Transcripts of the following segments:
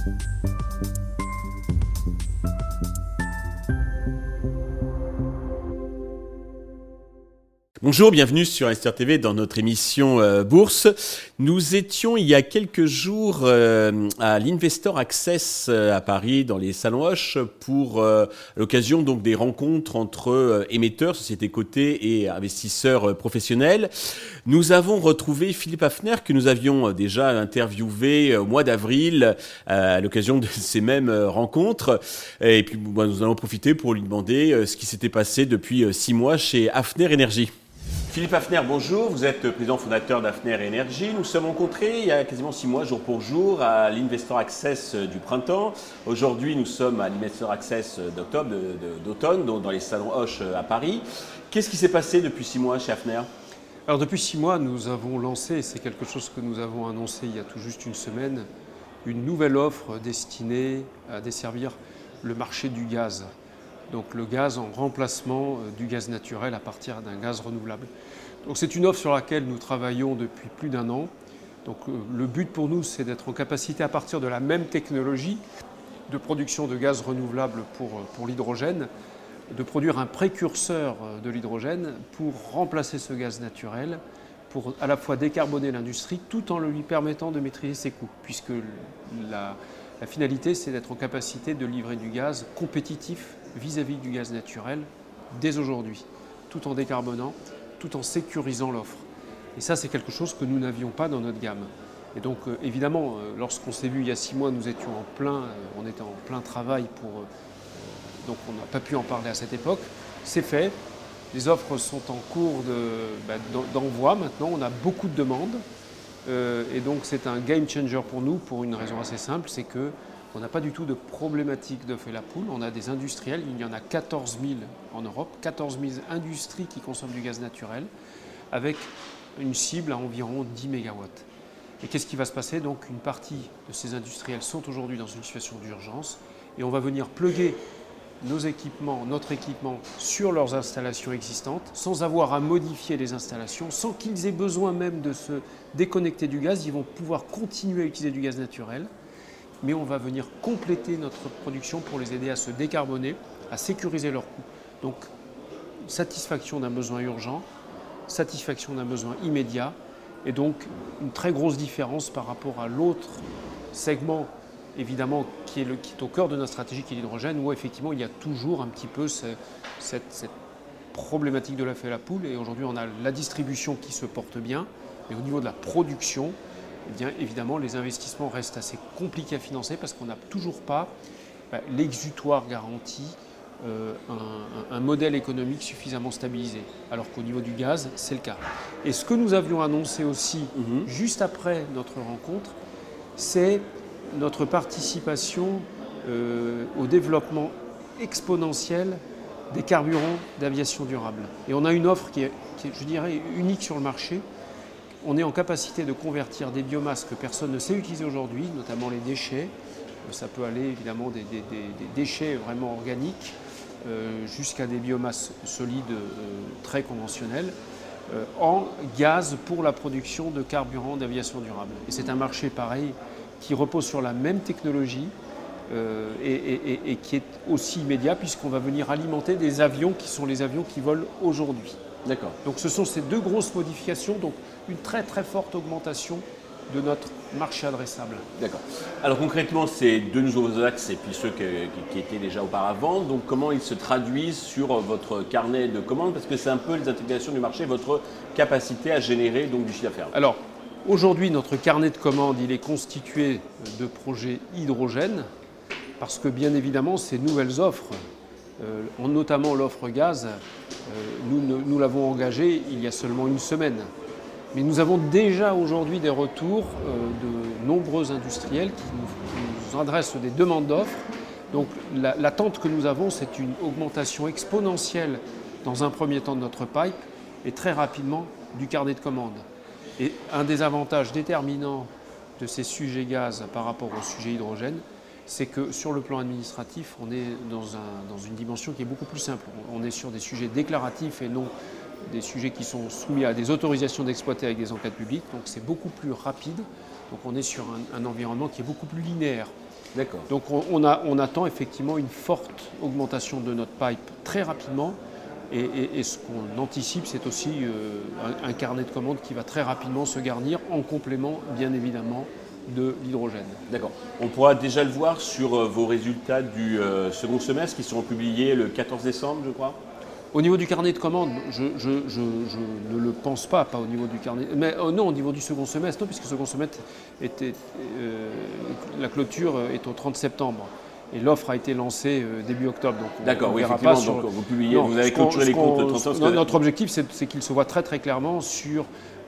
Bonjour, bienvenue sur Investir TV dans notre émission Bourse. Nous étions il y a quelques jours à l'Investor Access à Paris dans les salons Hoche pour l'occasion donc des rencontres entre émetteurs, sociétés cotées et investisseurs professionnels. Nous avons retrouvé Philippe Hafner que nous avions déjà interviewé au mois d'avril à l'occasion de ces mêmes rencontres. Et puis nous allons profiter pour lui demander ce qui s'était passé depuis 6 mois chez Hafner Energy. Philippe Hafner, bonjour. Vous êtes président fondateur d'Hafner Energy. Nous nous sommes rencontrés il y a quasiment 6 mois, jour pour jour, à l'Investor Access du printemps. Aujourd'hui, nous sommes à l'Investor Access d'automne, donc dans les salons Hoche à Paris. Qu'est-ce qui s'est passé depuis 6 mois chez Hafner ? Alors depuis 6 mois, nous avons lancé, et c'est quelque chose que nous avons annoncé il y a tout juste une semaine, une nouvelle offre destinée à desservir le marché du gaz. Donc le gaz en remplacement du gaz naturel à partir d'un gaz renouvelable. Donc c'est une offre sur laquelle nous travaillons depuis plus d'1 an. Donc le but pour nous, c'est d'être en capacité à partir de la même technologie de production de gaz renouvelable pour l'hydrogène, de produire un précurseur de l'hydrogène pour remplacer ce gaz naturel, pour à la fois décarboner l'industrie tout en lui permettant de maîtriser ses coûts, puisque la finalité, c'est d'être en capacité de livrer du gaz compétitif vis-à-vis du gaz naturel dès aujourd'hui, tout en décarbonant, tout en sécurisant l'offre. Et ça, c'est quelque chose que nous n'avions pas dans notre gamme. Et donc, évidemment, lorsqu'on s'est vu il y a 6 mois, nous étions on était en plein travail donc on n'a pas pu en parler à cette époque. C'est fait. Les offres sont en cours d'envoi maintenant. On a beaucoup de demandes. Et donc, c'est un game changer pour nous pour une raison assez simple, c'est que on n'a pas du tout de problématique d'œuf et la poule. On a des industriels, il y en a 14 000 en Europe, 14 000 industries qui consomment du gaz naturel, avec une cible à environ 10 MW. Et qu'est-ce qui va se passer ? Donc une partie de ces industriels sont aujourd'hui dans une situation d'urgence et on va venir plugger notre équipement sur leurs installations existantes, sans avoir à modifier les installations, sans qu'ils aient besoin même de se déconnecter du gaz. Ils vont pouvoir continuer à utiliser du gaz naturel, mais on va venir compléter notre production pour les aider à se décarboner, à sécuriser leurs coûts. Donc, satisfaction d'un besoin urgent, satisfaction d'un besoin immédiat, et donc une très grosse différence par rapport à l'autre segment, évidemment, qui est au cœur de notre stratégie, qui est l'hydrogène, où effectivement il y a toujours un petit peu cette problématique de l'œuf et la poule, et aujourd'hui on a la distribution qui se porte bien, mais au niveau de la production, eh bien, évidemment, les investissements restent assez compliqués à financer parce qu'on n'a toujours pas l'exutoire garanti, un modèle économique suffisamment stabilisé. Alors qu'au niveau du gaz, c'est le cas. Et ce que nous avions annoncé aussi, juste après notre rencontre, c'est notre participation au développement exponentiel des carburants d'aviation durable. Et on a une offre qui est, je dirais, unique sur le marché. On est en capacité de convertir des biomasses que personne ne sait utiliser aujourd'hui, notamment les déchets. Ça peut aller évidemment des déchets vraiment organiques jusqu'à des biomasses solides très conventionnelles en gaz pour la production de carburants d'aviation durable. Et c'est un marché pareil qui repose sur la même technologie et qui est aussi immédiat puisqu'on va venir alimenter des avions qui sont les avions qui volent aujourd'hui. D'accord. Donc ce sont ces 2 grosses modifications, donc une très très forte augmentation de notre marché adressable. D'accord. Alors concrètement, ces 2 nouveaux axes et puis ceux qui étaient déjà auparavant, donc comment ils se traduisent sur votre carnet de commandes ? Parce que c'est un peu les intégrations du marché, votre capacité à générer donc du chiffre d'affaires. Alors aujourd'hui, notre carnet de commandes, il est constitué de projets hydrogène parce que bien évidemment, ces nouvelles offres, notamment l'offre gaz, nous l'avons engagée il y a seulement une semaine. Mais nous avons déjà aujourd'hui des retours de nombreux industriels qui nous adressent des demandes d'offres. Donc l'attente que nous avons, c'est une augmentation exponentielle dans un premier temps de notre pipe et très rapidement du carnet de commandes. Et un des avantages déterminants de ces sujets gaz par rapport au sujet hydrogène, c'est que sur le plan administratif, on est dans une dimension qui est beaucoup plus simple. On est sur des sujets déclaratifs et non des sujets qui sont soumis à des autorisations d'exploiter avec des enquêtes publiques. Donc c'est beaucoup plus rapide. Donc on est sur un environnement qui est beaucoup plus linéaire. D'accord. Donc on attend effectivement une forte augmentation de notre pipe très rapidement. Et ce qu'on anticipe, c'est aussi un carnet de commandes qui va très rapidement se garnir en complément, bien évidemment, de l'hydrogène. D'accord. On pourra déjà le voir sur vos résultats du second semestre qui seront publiés le 14 décembre, je crois. Au niveau du carnet de commandes, je ne le pense pas au niveau du carnet. Mais non, au niveau du second semestre, non, puisque le second semestre la clôture est au 30 septembre. Et l'offre a été lancée début octobre. D'accord, oui, effectivement. Donc vous publiez, vous avez clôturé les comptes le 30 septembre. Notre objectif, c'est qu'il se voit très très clairement sur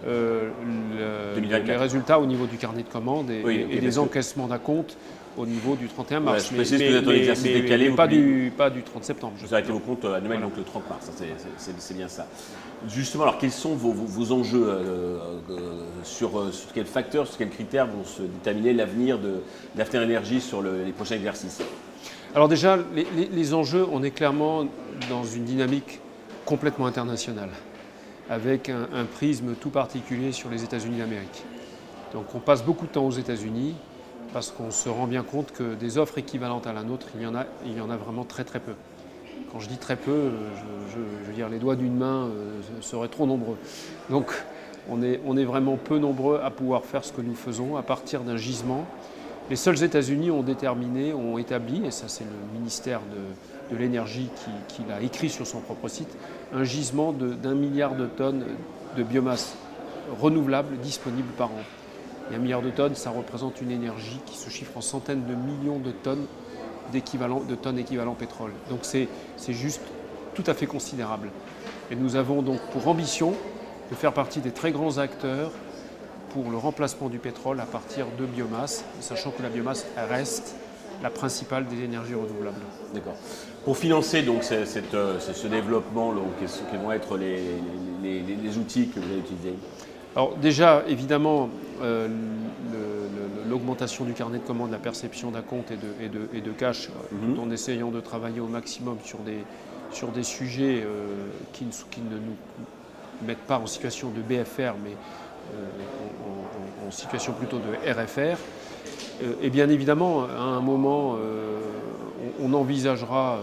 les résultats au niveau du carnet de commandes et des encaissements d'acompte au niveau du 31 mars. Je précise que vous êtes en exercice décalé. Pas du 30 septembre. Vous arrêtez vos comptes annuels donc le 30 mars, c'est bien ça. Justement, alors quels sont vos enjeux sur quels facteurs, sur quels critères vont se déterminer l'avenir d'After Energy sur les prochains exercices? Alors déjà, les enjeux, on est clairement dans une dynamique complètement internationale, avec un prisme tout particulier sur les États-Unis d'Amérique. Donc on passe beaucoup de temps aux États-Unis parce qu'on se rend bien compte que des offres équivalentes à la nôtre, il y en a vraiment très très peu. Quand je dis très peu, je veux dire les doigts d'une main seraient trop nombreux. Donc on est vraiment peu nombreux à pouvoir faire ce que nous faisons à partir d'un gisement. Les seuls États-Unis ont établi, et ça c'est le ministère de l'énergie qui l'a écrit sur son propre site, un gisement d'1 milliard de tonnes de biomasse renouvelable disponible par an. Et 1 milliard de tonnes, ça représente une énergie qui se chiffre en centaines de millions de tonnes équivalent pétrole. Donc c'est juste tout à fait considérable. Et nous avons donc pour ambition de faire partie des très grands acteurs pour le remplacement du pétrole à partir de biomasse, sachant que la biomasse reste la principale des énergies renouvelables. D'accord. Pour financer donc ce développement, quels vont être les outils que vous allez utiliser? Alors déjà, évidemment, l'augmentation du carnet de commandes, la perception d'acompte et de cash, en essayant de travailler au maximum sur des sujets qui ne nous mettent pas en situation de BFR, mais en situation plutôt de RFR. Et bien évidemment, à un moment, on envisagera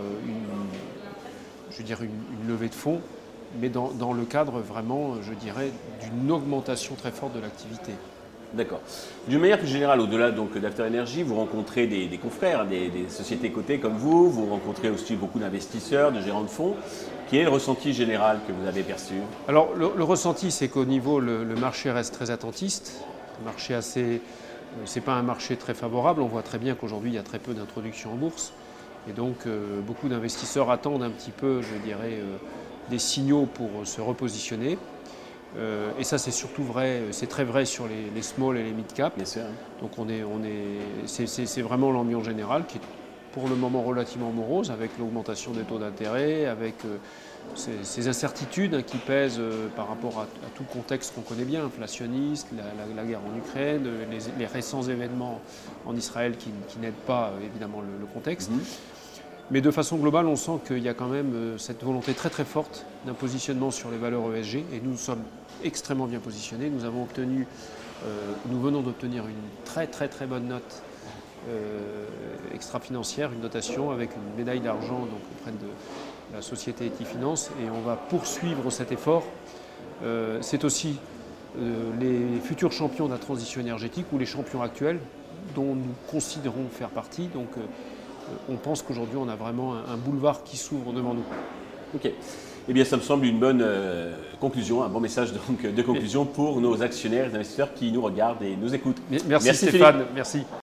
une levée de fonds, mais dans le cadre vraiment, je dirais, d'une augmentation très forte de l'activité. D'accord. D'une manière plus générale, au-delà d'After Energy, vous rencontrez des confrères, des sociétés cotées comme vous rencontrez aussi beaucoup d'investisseurs, de gérants de fonds. Quel est le ressenti général que vous avez perçu? Alors le ressenti, c'est qu'au niveau, le marché reste très attentiste. Le marché c'est pas un marché très favorable. On voit très bien qu'aujourd'hui, il y a très peu d'introductions en bourse. Et donc, beaucoup d'investisseurs attendent un petit peu, je dirais, des signaux pour se repositionner. Et ça, c'est surtout vrai, c'est très vrai sur les small et les mid cap. Bien sûr. Donc c'est vraiment l'ambiance générale qui est pour le moment relativement morose, avec l'augmentation des taux d'intérêt, avec ces incertitudes qui pèsent par rapport à tout le contexte qu'on connaît bien, inflationniste, la guerre en Ukraine, les récents événements en Israël qui n'aident pas évidemment le contexte. Mais de façon globale, on sent qu'il y a quand même cette volonté très très forte d'un positionnement sur les valeurs ESG, et nous sommes extrêmement bien positionnés. Nous venons d'obtenir une très très très bonne note extra-financière, une notation avec une médaille d'argent auprès de la société Etifinance, et on va poursuivre cet effort. C'est aussi les futurs champions de la transition énergétique ou les champions actuels dont nous considérons faire partie. Donc on pense qu'aujourd'hui on a vraiment un boulevard qui s'ouvre devant nous. Ok. Eh bien, ça me semble une bonne conclusion, un bon message de conclusion pour nos actionnaires et investisseurs qui nous regardent et nous écoutent. Merci Stéphane, merci.